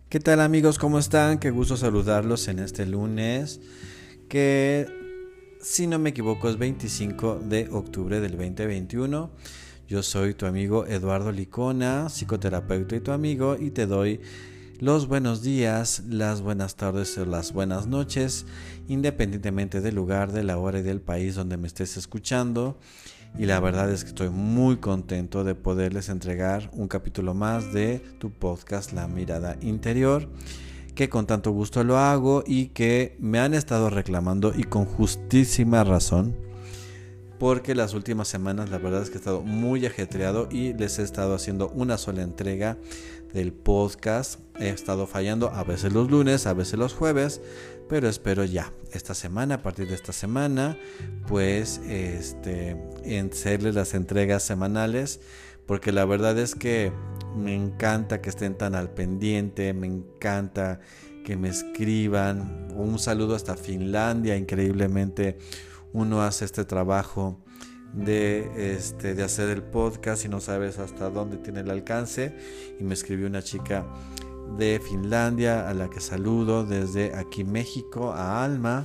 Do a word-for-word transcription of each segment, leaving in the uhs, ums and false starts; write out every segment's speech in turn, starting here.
¿Qué tal amigos? ¿Cómo están? Qué gusto saludarlos en este lunes que, si no me equivoco, es veinticinco de octubre del veinte veintiuno. Yo soy tu amigo Eduardo Licona, psicoterapeuta y tu amigo, y te doy los buenos días, las buenas tardes o las buenas noches, independientemente del lugar, de la hora y del país donde me estés escuchando. Y la verdad es que estoy muy contento de poderles entregar un capítulo más de tu podcast La Mirada Interior, que con tanto gusto lo hago y que me han estado reclamando, y con justísima razón, porque las últimas semanas la verdad es que he estado muy ajetreado y les he estado haciendo una sola entrega del podcast. He estado fallando a veces los lunes, a veces los jueves, pero espero ya esta semana, a partir de esta semana, pues este, en hacerles las entregas semanales, porque la verdad es que me encanta que estén tan al pendiente, me encanta que me escriban. Un saludo hasta Finlandia, increíblemente uno hace este trabajo de, este, de hacer el podcast y no sabes hasta dónde tiene el alcance. Y me escribió una chica de Finlandia a la que saludo desde aquí México, a Alma.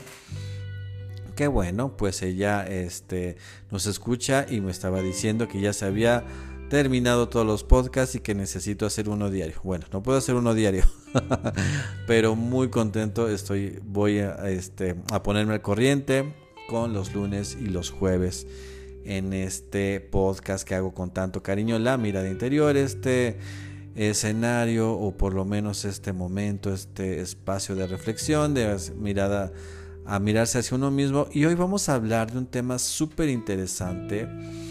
Qué bueno, pues ella este, nos escucha y me estaba diciendo que ya se había terminado todos los podcasts y que necesito hacer uno diario. Bueno, no puedo hacer uno diario, pero muy contento estoy. Voy a, este, a ponerme al corriente con los lunes y los jueves en este podcast que hago con tanto cariño, La Mirada Interior, este escenario, o por lo menos este momento, este espacio de reflexión, de mirada a mirarse hacia uno mismo. Y hoy vamos a hablar de un tema súper interesante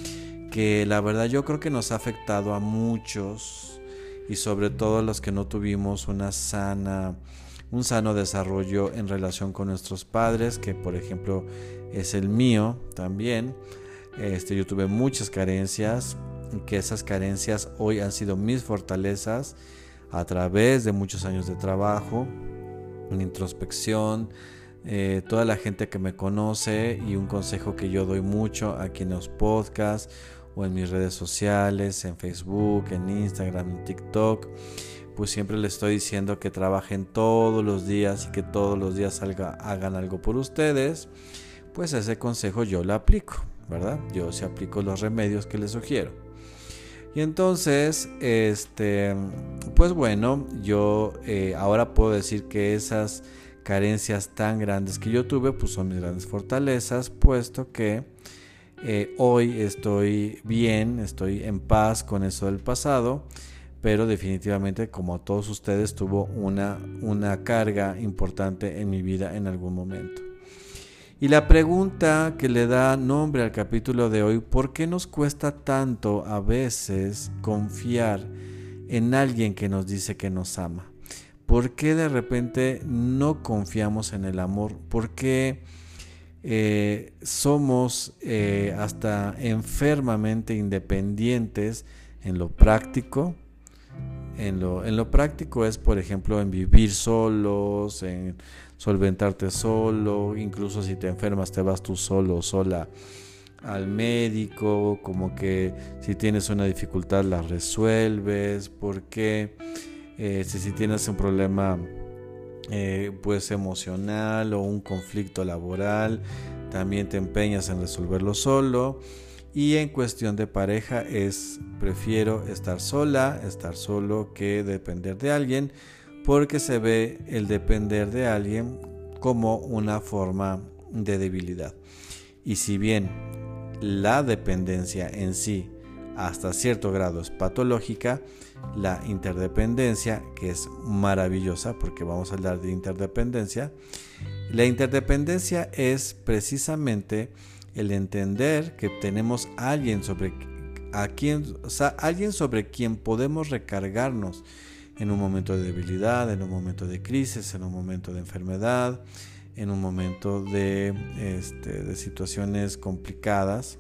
que la verdad yo creo que nos ha afectado a muchos, y sobre todo a los que no tuvimos una sana un sano desarrollo en relación con nuestros padres, que por ejemplo es el mío también. Este, yo tuve muchas carencias, que esas carencias hoy han sido mis fortalezas a través de muchos años de trabajo, en introspección. Eh, toda la gente que me conoce, y un consejo que yo doy mucho aquí en los podcasts o en mis redes sociales, en Facebook, en Instagram, en TikTok, pues siempre les estoy diciendo que trabajen todos los días y que todos los días salga, hagan algo por ustedes. Pues ese consejo yo lo aplico, ¿verdad? Yo sí aplico los remedios que les sugiero. Y entonces, este, pues bueno, yo eh, ahora puedo decir que esas carencias tan grandes que yo tuve, pues son mis grandes fortalezas, puesto que eh, hoy estoy bien, estoy en paz con eso del pasado. Pero definitivamente, como a todos ustedes, tuvo una, una carga importante en mi vida en algún momento. Y la pregunta que le da nombre al capítulo de hoy: ¿por qué nos cuesta tanto a veces confiar en alguien que nos dice que nos ama? ¿Por qué de repente no confiamos en el amor? ¿Por qué eh, somos eh, hasta enfermamente independientes en lo práctico? En lo, en lo práctico es, por ejemplo, en vivir solos, en solventarte solo. Incluso si te enfermas te vas tú solo o sola al médico, como que si tienes una dificultad la resuelves. Porque eh, si, si tienes un problema eh, pues emocional o un conflicto laboral, también te empeñas en resolverlo solo. Y en cuestión de pareja es: prefiero estar sola, estar solo, que depender de alguien, porque se ve el depender de alguien como una forma de debilidad. Y si bien la dependencia en sí hasta cierto grado es patológica, la interdependencia, que es maravillosa, porque vamos a hablar de interdependencia, la interdependencia es precisamente el entender que tenemos alguien sobre a quien, o sea, alguien sobre quien podemos recargarnos en un momento de debilidad, en un momento de crisis, en un momento de enfermedad, en un momento de, este, de situaciones complicadas.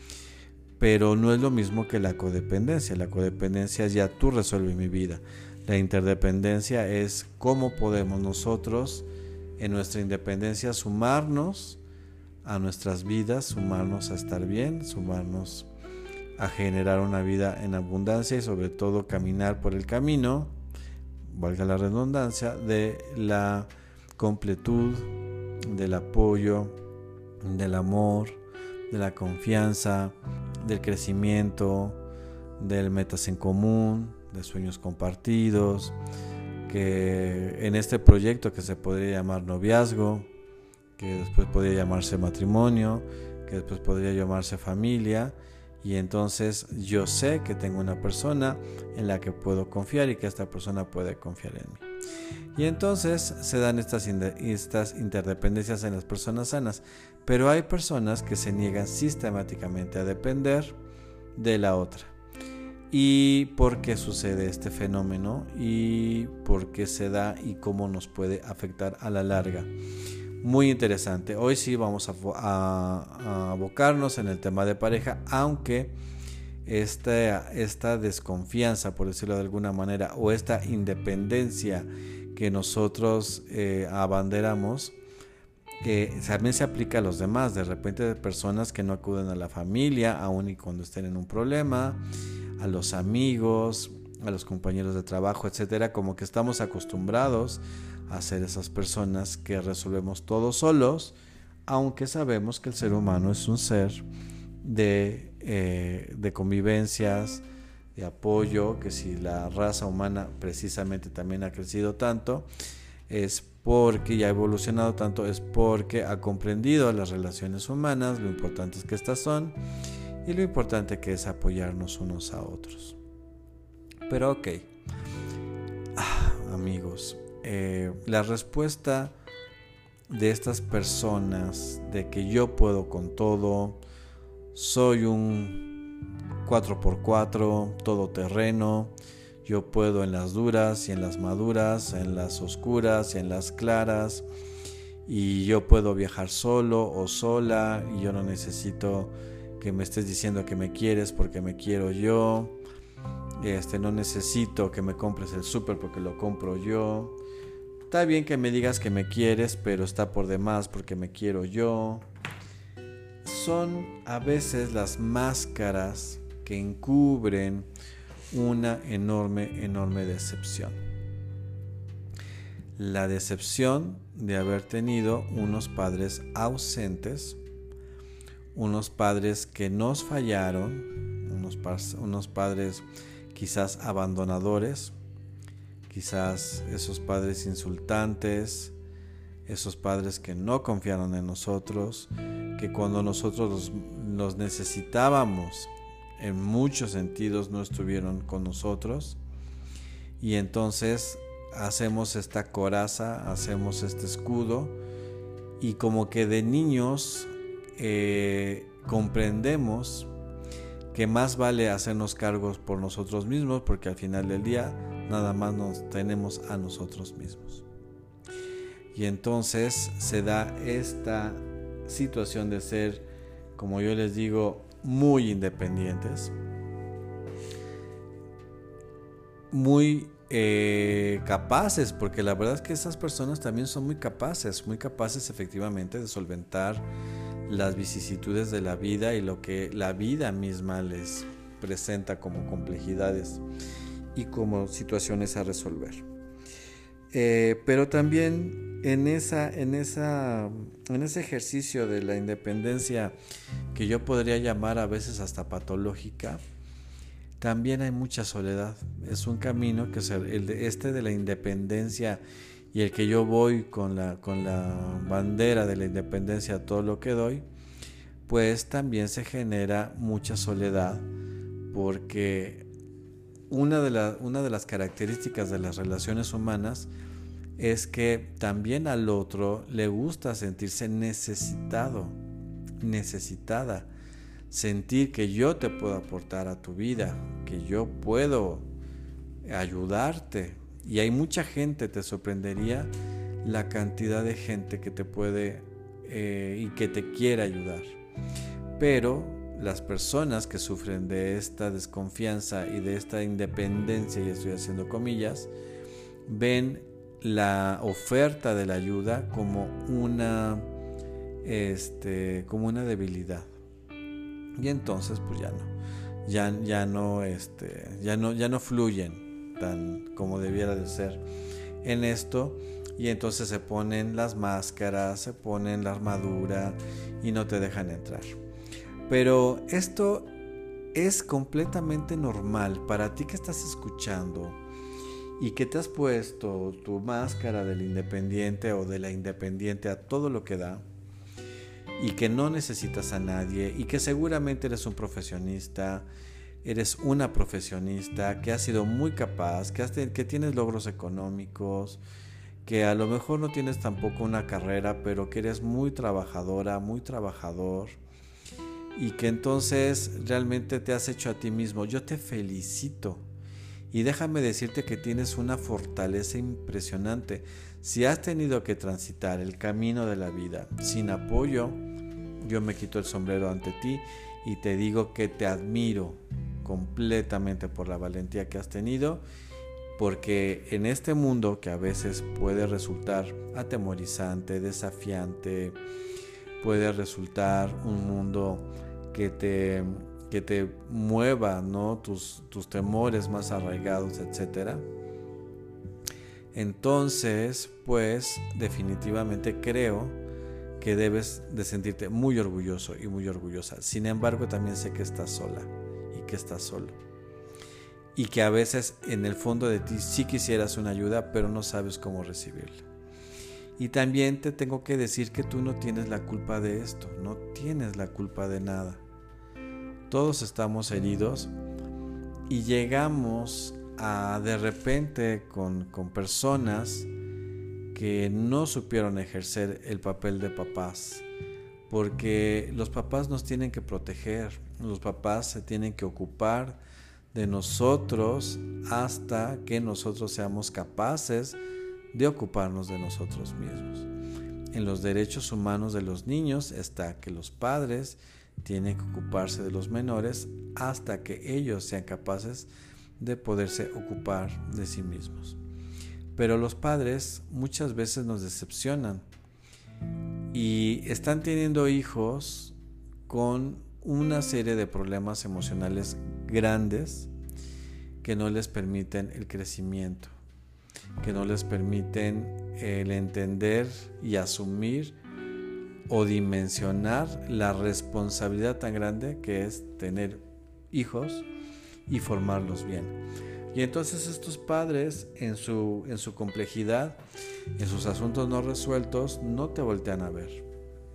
Pero no es lo mismo que la codependencia. La codependencia es: ya tú resuelves mi vida. La interdependencia es cómo podemos nosotros, en nuestra independencia, sumarnos a nuestras vidas, sumarnos a estar bien, sumarnos a generar una vida en abundancia, y sobre todo caminar por el camino valga la redundancia, de la completud, del apoyo, del amor, de la confianza, del crecimiento, del metas en común, de sueños compartidos, que en este proyecto que se podría llamar noviazgo, que después podría llamarse matrimonio, que después podría llamarse familia, y entonces yo sé que tengo una persona en la que puedo confiar y que esta persona puede confiar en mí. Y entonces se dan estas, estas interdependencias en las personas sanas, pero hay personas que se niegan sistemáticamente a depender de la otra. ¿Y por qué sucede este fenómeno? ¿Y por qué se da? ¿Y cómo nos puede afectar a la larga? Muy interesante. Hoy sí vamos a, a, a abocarnos en el tema de pareja, aunque esta, esta desconfianza, por decirlo de alguna manera, o esta independencia que nosotros eh, abanderamos, eh, también se aplica a los demás. De repente hay personas que no acuden a la familia, aun y cuando estén en un problema, a los amigos, a los compañeros de trabajo, etcétera, como que estamos acostumbrados a ser esas personas que resolvemos todo solos, aunque sabemos que el ser humano es un ser de, eh, de convivencias, de apoyo, que si la raza humana precisamente también ha crecido tanto, es porque y ha evolucionado tanto, es porque ha comprendido las relaciones humanas, lo importantes que estas son y lo importante que es apoyarnos unos a otros. Pero ok, ah, amigos, eh, la respuesta de estas personas de que yo puedo con todo, soy un cuatro por cuatro, todoterreno, yo puedo en las duras y en las maduras, en las oscuras y en las claras, y yo puedo viajar solo o sola, y yo no necesito que me estés diciendo que me quieres porque me quiero yo. Este, no necesito que me compres el súper porque lo compro yo. Está bien que me digas que me quieres, pero está por demás porque me quiero yo. Son a veces las máscaras que encubren una enorme, enorme decepción. La decepción de haber tenido unos padres ausentes, unos padres que nos fallaron, unos, unos padres quizás abandonadores, quizás esos padres insultantes, esos padres que no confiaron en nosotros, que cuando nosotros los, los necesitábamos en muchos sentidos no estuvieron con nosotros, y entonces hacemos esta coraza, hacemos este escudo, y como que de niños eh, comprendemos que más vale hacernos cargos por nosotros mismos, porque al final del día nada más nos tenemos a nosotros mismos. Y entonces se da esta situación de ser, como yo les digo, muy independientes, muy eh, capaces, porque la verdad es que esas personas también son muy capaces, muy capaces efectivamente de solventar las vicisitudes de la vida y lo que la vida misma les presenta como complejidades y como situaciones a resolver. Eh, pero también en esa, en esa, en ese ejercicio de la independencia que yo podría llamar a veces hasta patológica, también hay mucha soledad. Es un camino que es el de este de la independencia y el que yo voy con la, con la bandera de la independencia a todo lo que doy, pues también se genera mucha soledad, porque una de, la, una de las características de las relaciones humanas es que también al otro le gusta sentirse necesitado, necesitada, sentir que yo te puedo aportar a tu vida, que yo puedo ayudarte. Y hay mucha gente, te sorprendería la cantidad de gente que te puede eh, y que te quiere ayudar. Pero las personas que sufren de esta desconfianza y de esta independencia, y estoy haciendo comillas, ven la oferta de la ayuda como una, este, como una debilidad. Y entonces pues ya no, ya, ya no, este, ya no, ya no fluyen. tan como debiera de ser en esto, y entonces se ponen las máscaras, se ponen la armadura y no te dejan entrar. Pero esto es completamente normal para ti que estás escuchando y que te has puesto tu máscara del independiente o de la independiente a todo lo que da, y que no necesitas a nadie, y que seguramente eres un profesionista, eres una profesionista que has sido muy capaz, que, has te- que tienes logros económicos, que a lo mejor no tienes tampoco una carrera, pero que eres muy trabajadora, muy trabajador, y que entonces realmente te has hecho a ti mismo. Yo te felicito y déjame decirte que tienes una fortaleza impresionante. Si has tenido que transitar el camino de la vida sin apoyo, yo me quito el sombrero ante ti y te digo que te admiro completamente por la valentía que has tenido, porque en este mundo que a veces puede resultar atemorizante, desafiante, puede resultar un mundo que te, que te mueva, ¿no? tus, tus temores más arraigados, etcétera. Entonces, pues definitivamente creo que debes de sentirte muy orgulloso y muy orgullosa. Sin embargo, también sé que estás sola y que estás solo, y que a veces en el fondo de ti sí quisieras una ayuda, pero no sabes cómo recibirla. Y también te tengo que decir que tú no tienes la culpa de esto, no tienes la culpa de nada. Todos estamos heridos y llegamos a de repente con, con personas que no supieron ejercer el papel de papás, porque los papás nos tienen que proteger, los papás se tienen que ocupar de nosotros hasta que nosotros seamos capaces de ocuparnos de nosotros mismos. En los derechos humanos de los niños está que los padres tienen que ocuparse de los menores hasta que ellos sean capaces de poderse ocupar de sí mismos. Pero los padres muchas veces nos decepcionan y están teniendo hijos con una serie de problemas emocionales grandes que no les permiten el crecimiento, que no les permiten el entender y asumir o dimensionar la responsabilidad tan grande que es tener hijos y formarlos bien. Y entonces estos padres en su, en su complejidad, en sus asuntos no resueltos, no te voltean a ver.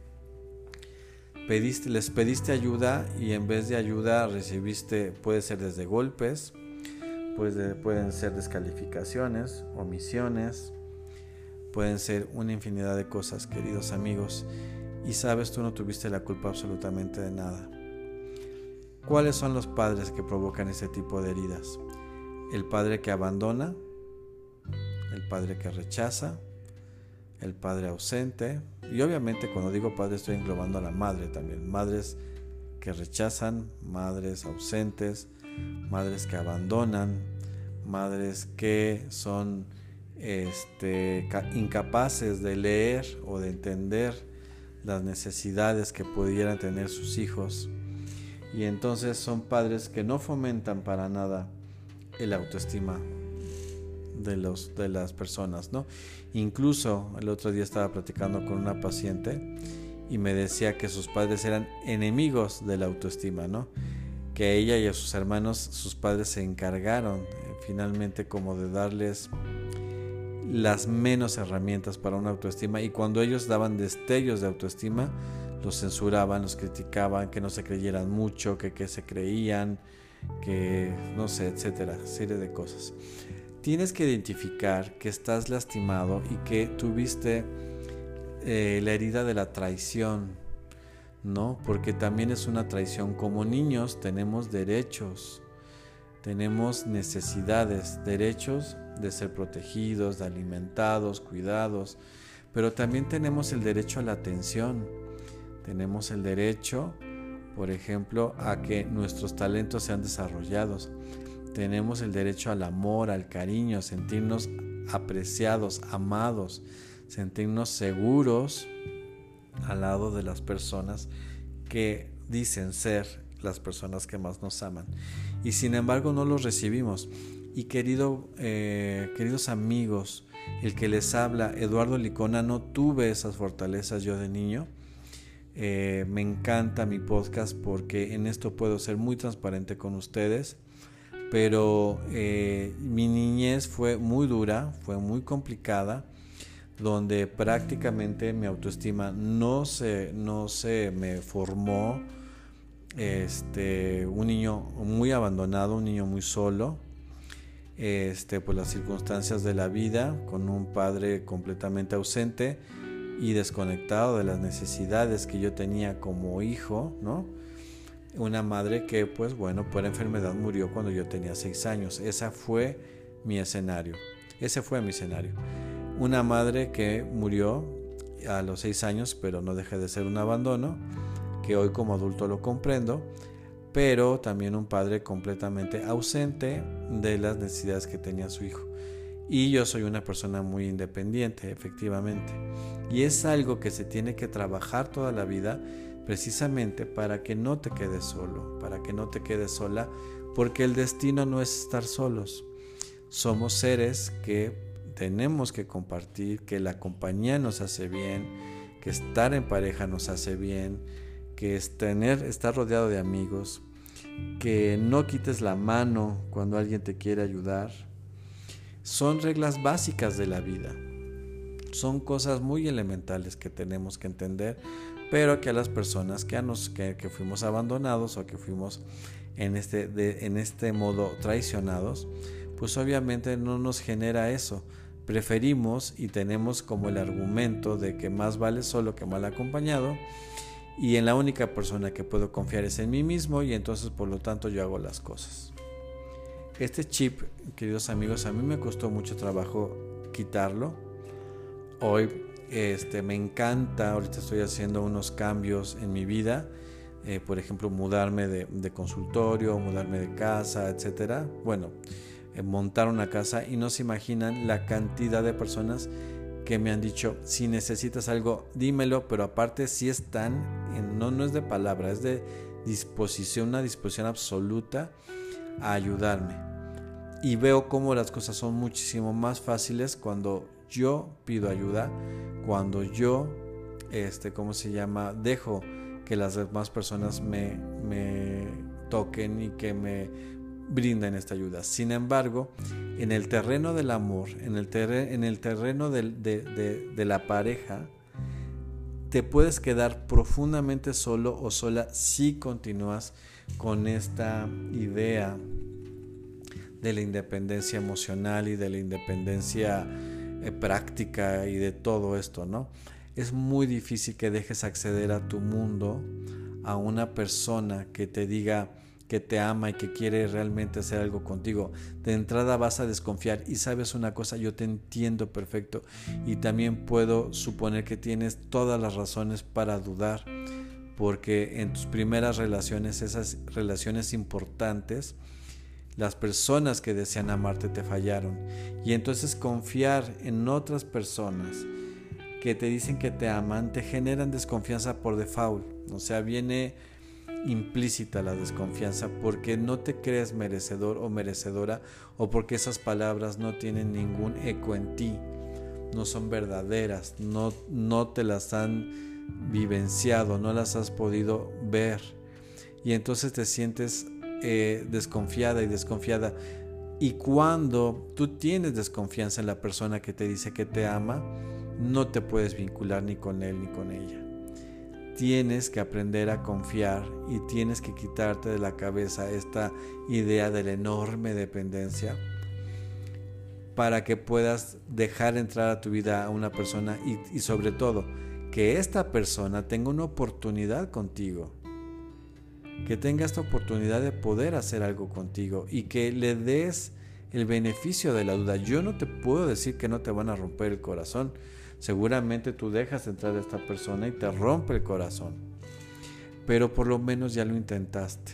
Pediste, les pediste ayuda y en vez de ayuda recibiste, puede ser desde golpes, puede, pueden ser descalificaciones, omisiones, pueden ser una infinidad de cosas, queridos amigos. Y sabes, tú no tuviste la culpa absolutamente de nada. ¿Cuáles son los padres que provocan ese tipo de heridas? El padre que abandona, el padre que rechaza, el padre ausente, y obviamente cuando digo padre estoy englobando a la madre también, madres que rechazan, madres ausentes, madres que abandonan, madres que son este, incapaces de leer o de entender las necesidades que pudieran tener sus hijos, y entonces son padres que no fomentan para nada el autoestima de, los, de las personas, ¿no? Incluso el otro día estaba platicando con una paciente y me decía que sus padres eran enemigos de la autoestima, ¿no? Que a ella y a sus hermanos, sus padres se encargaron eh, finalmente como de darles las menos herramientas para una autoestima, y cuando ellos daban destellos de autoestima los censuraban, los criticaban, que no se creyeran mucho, que, que se creían, que no sé, etcétera, serie de cosas. Tienes que identificar que estás lastimado y que tuviste eh, la herida de la traición, ¿no? Porque también es una traición. Como niños tenemos derechos, tenemos necesidades, derechos de ser protegidos, de alimentados, cuidados, pero también tenemos el derecho a la atención, tenemos el derecho, por ejemplo, a que nuestros talentos sean desarrollados, tenemos el derecho al amor, al cariño, sentirnos apreciados, amados, sentirnos seguros al lado de las personas que dicen ser las personas que más nos aman, y sin embargo no los recibimos. Y querido, eh, queridos amigos, el que les habla, Eduardo Licona, no tuve esas fortalezas yo de niño. Eh, me encanta mi podcast porque en esto puedo ser muy transparente con ustedes, pero eh, mi niñez fue muy dura, fue muy complicada, donde prácticamente mi autoestima no se, no se me formó. Este, un niño muy abandonado, un niño muy solo, este, por las circunstancias de la vida, con un padre completamente ausente y desconectado de las necesidades que yo tenía como hijo, ¿no? Una madre que, pues bueno, por enfermedad murió cuando yo tenía seis años. Esa fue mi escenario. Ese fue mi escenario. Una madre que murió a los seis años, pero no deja de ser un abandono, que hoy como adulto lo comprendo, pero también un padre completamente ausente de las necesidades que tenía su hijo. Y yo soy una persona muy independiente, efectivamente. Y es algo que se tiene que trabajar toda la vida, precisamente para que no te quedes solo, para que no te quedes sola, porque el destino no es estar solos. Somos seres que tenemos que compartir, que la compañía nos hace bien, que estar en pareja nos hace bien, que es tener, estar rodeado de amigos, que no quites la mano cuando alguien te quiere ayudar. Son reglas básicas de la vida. Son cosas muy elementales que tenemos que entender, pero que a las personas que, a nos, que, que fuimos abandonados o que fuimos en este, de, en este modo traicionados, pues obviamente no nos genera eso. Preferimos y tenemos como el argumento de que más vale solo que mal acompañado, y en la única persona que puedo confiar es en mí mismo, y entonces por lo tanto yo hago las cosas. Este chip, queridos amigos, a mí me costó mucho trabajo quitarlo. Hoy este, me encanta, ahorita estoy haciendo unos cambios en mi vida, eh, por ejemplo, mudarme de, de consultorio, mudarme de casa, etcétera. Bueno, eh, montar una casa, y no se imaginan la cantidad de personas que me han dicho, si necesitas algo, dímelo, pero aparte si están, en, no, no es de palabra, es de disposición, una disposición absoluta a ayudarme. Y veo cómo las cosas son muchísimo más fáciles cuando yo pido ayuda, cuando yo, este, ¿cómo se llama? Dejo que las demás personas me, me toquen y que me brinden esta ayuda. Sin embargo, en el terreno del amor, en el, terre, en el terreno de, de, de, de la pareja, te puedes quedar profundamente solo o sola si continúas con esta idea de la independencia emocional y de la independencia eh, práctica y de todo esto, ¿no? Es muy difícil que dejes acceder a tu mundo a una persona que te diga que te ama y que quiere realmente hacer algo contigo. De entrada vas a desconfiar, y sabes una cosa, yo te entiendo perfecto y también puedo suponer que tienes todas las razones para dudar, porque en tus primeras relaciones, esas relaciones importantes, las personas que desean amarte te fallaron, y entonces confiar en otras personas que te dicen que te aman te generan desconfianza por default. O sea, viene implícita la desconfianza porque no te crees merecedor o merecedora, o porque esas palabras no tienen ningún eco en ti, no son verdaderas, no, no te las han vivenciado, no las has podido ver, y entonces te sientes eh, desconfiada y desconfiada. Y cuando tú tienes desconfianza en la persona que te dice que te ama, no te puedes vincular ni con él ni con ella. Tienes que aprender a confiar y tienes que quitarte de la cabeza esta idea de la enorme dependencia para que puedas dejar entrar a tu vida a una persona y, y sobre todo que esta persona tenga una oportunidad contigo, que tenga esta oportunidad de poder hacer algo contigo y que le des el beneficio de la duda. Yo no te puedo decir que no te van a romper el corazón. Seguramente tú dejas entrar a esta persona y te rompe el corazón, pero por lo menos ya lo intentaste,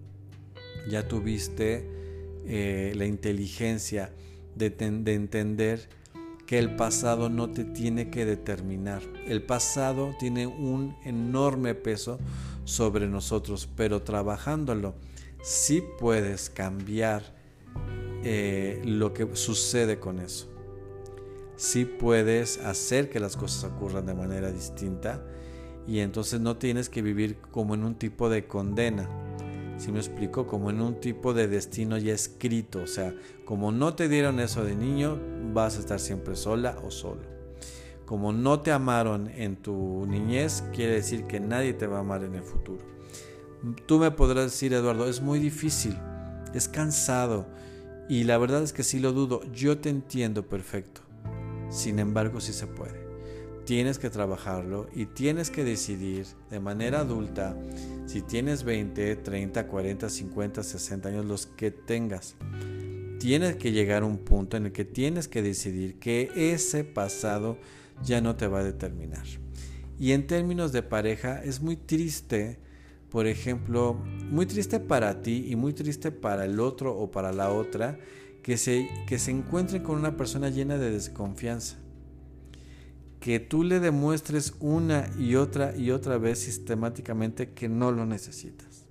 ya tuviste eh, la inteligencia de, ten, de entender que el pasado no te tiene que determinar. El pasado tiene un enorme peso sobre nosotros, pero trabajándolo sí puedes cambiar eh, lo que sucede con eso. Sí puedes hacer que las cosas ocurran de manera distinta y entonces no tienes que vivir como en un tipo de condena. ¿Sí me explico? Como en un tipo de destino ya escrito. O sea, como no te dieron eso de niño, vas a estar siempre sola o solo. Como no te amaron en tu niñez, quiere decir que nadie te va a amar en el futuro. Tú me podrás decir, Eduardo, es muy difícil, es cansado. Y la verdad es que sí lo dudo. Yo te entiendo perfecto. Sin embargo, sí se puede. Tienes que trabajarlo y tienes que decidir de manera adulta, si tienes veinte, treinta, cuarenta, cincuenta, sesenta años, los que tengas. Tienes que llegar a un punto en el que tienes que decidir que ese pasado ya no te va a determinar. Y en términos de pareja es muy triste, por ejemplo, muy triste para ti y muy triste para el otro o para la otra, que se, que se encuentren con una persona llena de desconfianza. Que tú le demuestres una y otra y otra vez sistemáticamente que no lo necesitas.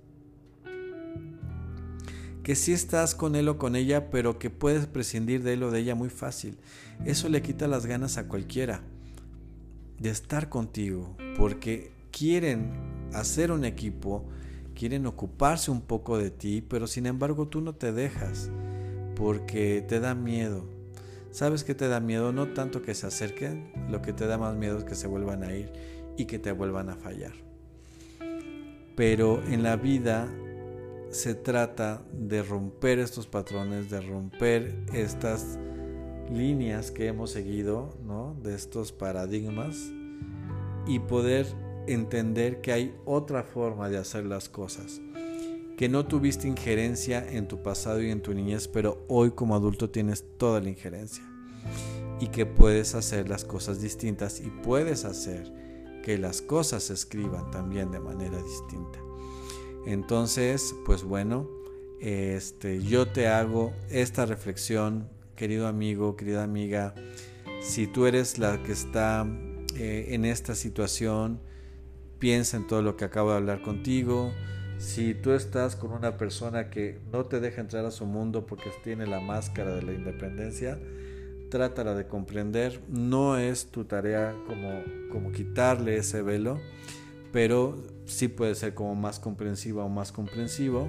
Que sí estás con él o con ella, pero que puedes prescindir de él o de ella muy fácil. Eso le quita las ganas a cualquiera de estar contigo, porque quieren hacer un equipo, quieren ocuparse un poco de ti, pero sin embargo tú no te dejas, porque te da miedo. ¿Sabes qué te da miedo? No tanto que se acerquen, lo que te da más miedo es que se vuelvan a ir y que te vuelvan a fallar. Pero en la vida se trata de romper estos patrones, de romper estas líneas que hemos seguido, ¿no? De estos paradigmas y poder entender que hay otra forma de hacer las cosas. Que no tuviste injerencia en tu pasado y en tu niñez, pero hoy como adulto tienes toda la injerencia y que puedes hacer las cosas distintas y puedes hacer que las cosas se escriban también de manera distinta. Entonces, pues bueno, este, yo te hago esta reflexión, querido amigo, querida amiga. Si tú eres la que está eh, en esta situación, piensa en todo lo que acabo de hablar contigo. Si tú estás con una persona que no te deja entrar a su mundo porque tiene la máscara de la independencia, trátala de comprender. No es tu tarea como, como quitarle ese velo, pero sí puede ser como más comprensiva o más comprensivo.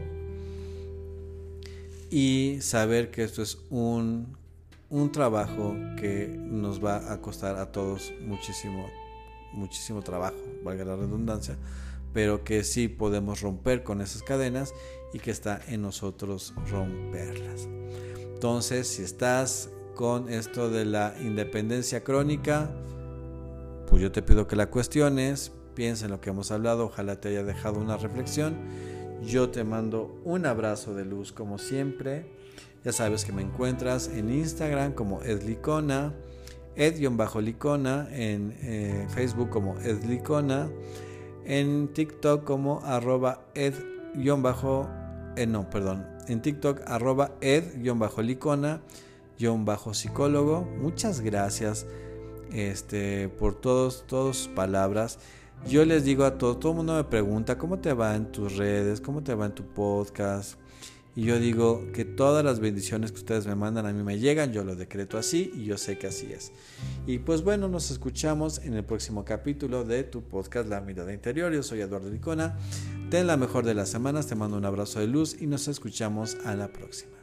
Y saber que esto es un, un trabajo que nos va a costar a todos muchísimo, muchísimo trabajo, valga la redundancia, pero que sí podemos romper con esas cadenas y que está en nosotros romperlas. Entonces, si estás con esto de la independencia crónica, pues yo te pido que la cuestiones, piensa en lo que hemos hablado, ojalá te haya dejado una reflexión. Yo te mando un abrazo de luz como siempre. Ya sabes que me encuentras en Instagram como edlicona, ed-licona, en eh, Facebook como edlicona, en TikTok como arroba ed eh, no, perdón, en TikTok arroba ed-licona psicólogo. Muchas gracias este, por todos, todas sus palabras. Yo les digo a todos, todo el mundo me pregunta cómo te va en tus redes, cómo te va en tu podcast. Y yo digo que todas las bendiciones que ustedes me mandan a mí me llegan, yo lo decreto así y yo sé que así es. Y pues bueno, nos escuchamos en el próximo capítulo de tu podcast La Mirada Interior. Yo soy Eduardo Licona. Ten la mejor de las semanas, te mando un abrazo de luz y nos escuchamos a la próxima.